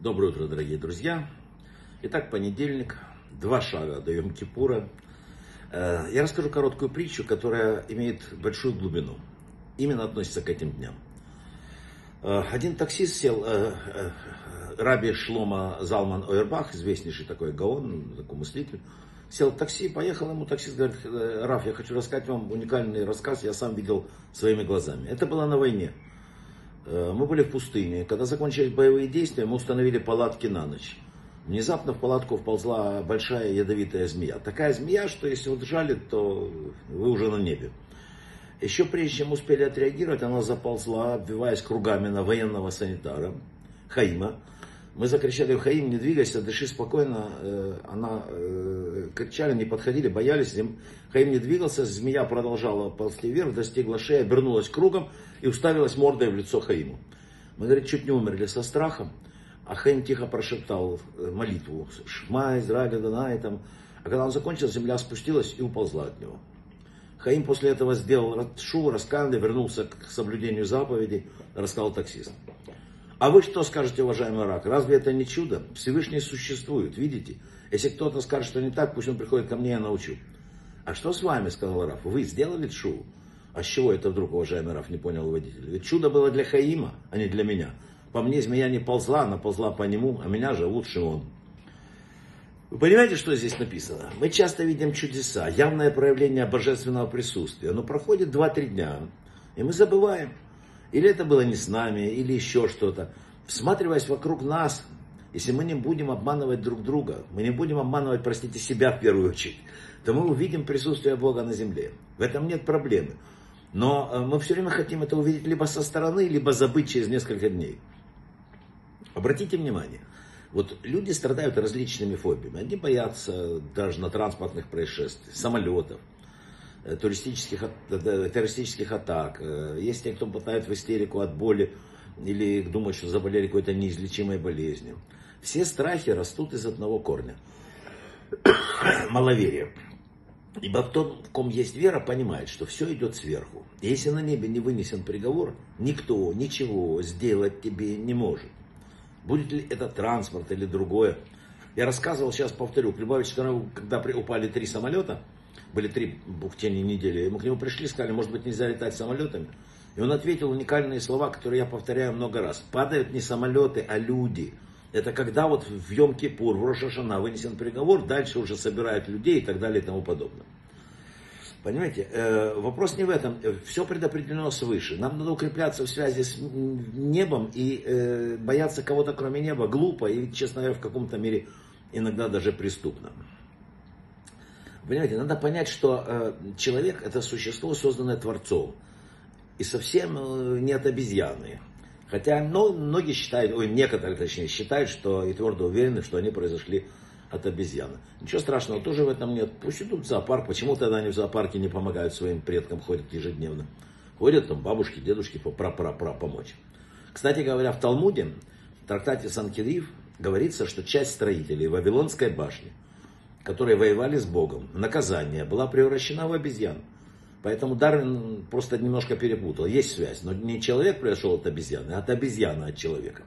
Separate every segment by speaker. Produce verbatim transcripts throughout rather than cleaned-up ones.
Speaker 1: Доброе утро, дорогие друзья. Итак, понедельник, два шага до Йом-Кипура. Я расскажу короткую притчу, которая имеет большую глубину. Именно относится к этим дням. Один таксист сел, Раби Шломо Залман Ойербах, известнейший такой гаон, такой мыслитель, сел в такси, поехал ему, таксист говорит: Раф, я хочу рассказать вам уникальный рассказ, я сам видел своими глазами. Это было на войне. Мы были в пустыне. Когда закончились боевые действия, мы установили палатки на ночь. Внезапно в палатку вползла большая ядовитая змея. Такая змея, что если вот жалит, то вы уже на небе. Еще прежде чем успели отреагировать, она заползла, обвиваясь кругами на военного санитара Хаима. Мы закричали: Хаим, не двигайся, дыши спокойно. Она кричали, не подходили, боялись. Хаим не двигался, змея продолжала ползти вверх, достигла шеи, обернулась кругом и уставилась мордой в лицо Хаиму. Мы, говорит, чуть не умерли со страхом. А Хаим тихо прошептал молитву: Шма Израиля Данай там. А когда он закончил, земля спустилась и уползла от него. Хаим после этого сделал шу, раскаяние, вернулся к соблюдению заповедей, рассказал таксист. А вы что скажете, уважаемый Рак? Разве это не чудо? Всевышний существует, видите? Если кто-то скажет, что не так, пусть он приходит ко мне, я научу. А что с вами, сказал Раф? Вы сделали шу? А с чего это вдруг, уважаемый Раф, не понял водитель? Ведь чудо было для Хаима, а не для меня. По мне змея не ползла, она ползла по нему, а меня же лучше он. Вы понимаете, что здесь написано? Мы часто видим чудеса, явное проявление божественного присутствия. Но проходит два-три дня, и мы забываем. Или это было не с нами, или еще что-то. Всматриваясь вокруг нас, если мы не будем обманывать друг друга, мы не будем обманывать, простите, себя в первую очередь, то мы увидим присутствие Бога на земле. В этом нет проблемы. Но мы все время хотим это увидеть либо со стороны, либо забыть через несколько дней. Обратите внимание, вот люди страдают различными фобиями. Они боятся даже на транспортных происшествиях, самолетов, туристических, террористических атак. Есть те, кто попадает в истерику от боли или думают, что заболели какой-то неизлечимой болезнью. Все страхи растут из одного корня. Маловерие. Ибо тот, в ком есть вера, понимает, что все идет сверху. И если на небе не вынесен приговор, никто ничего сделать тебе не может. Будет ли это транспорт или другое. Я рассказывал, сейчас повторю, к Любавичу, когда упали три самолета, были три в течение недели, мы к нему пришли, сказали, может быть, нельзя летать самолетами. И он ответил уникальные слова, которые я повторяю много раз. Падают не самолеты, а люди. Это когда вот в Йом-Кипур, в Рош-ха-Шана вынесен приговор, дальше уже собирают людей и так далее и тому подобное. Понимаете, э, вопрос не в этом. Все предопределено свыше. Нам надо укрепляться в связи с небом и э, бояться кого-то кроме неба глупо и, честно говоря, в каком-то мере иногда даже преступно. Понимаете, надо понять, что э, человек это существо, созданное Творцом. И совсем э, не от обезьяны. Хотя но, многие считают, ой, некоторые точнее считают, что и твердо уверены, что они произошли от обезьяны. Ничего страшного тоже в этом нет. Пусть идут в зоопарк. Почему тогда они в зоопарке не помогают своим предкам, ходят ежедневно? Ходят там бабушки, дедушки, пра-пра-пра помочь. Кстати говоря, в Талмуде, в трактате Санхедрив, говорится, что часть строителей Вавилонской башни, которые воевали с Богом, наказание была превращена в обезьян. Поэтому Дарвин просто немножко перепутал. Есть связь, но не человек произошел от обезьяны, а от обезьяны от человека.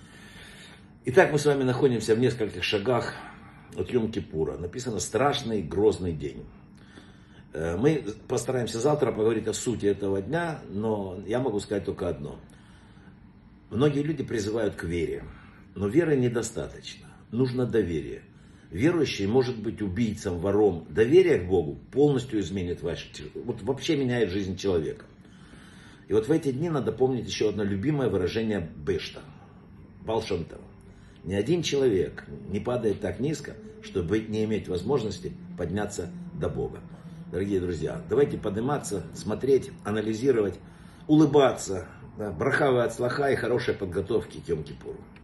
Speaker 1: Итак, мы с вами находимся в нескольких шагах от Йом-Кипура. Написано «страшный, грозный день». Мы постараемся завтра поговорить о сути этого дня, но я могу сказать только одно. Многие люди призывают к вере, но веры недостаточно. Нужно доверие. Верующий может быть убийцем, вором. Доверие к Богу полностью изменит ваш, вот вообще меняет жизнь человека. И вот в эти дни надо помнить еще одно любимое выражение Бешта, Баал Шем Тов. Ни один человек не падает так низко, чтобы не иметь возможности подняться до Бога. Дорогие друзья, давайте подниматься, смотреть, анализировать, улыбаться. Да, браха ве ацлаха и хорошей подготовки к Йом-Кипуру.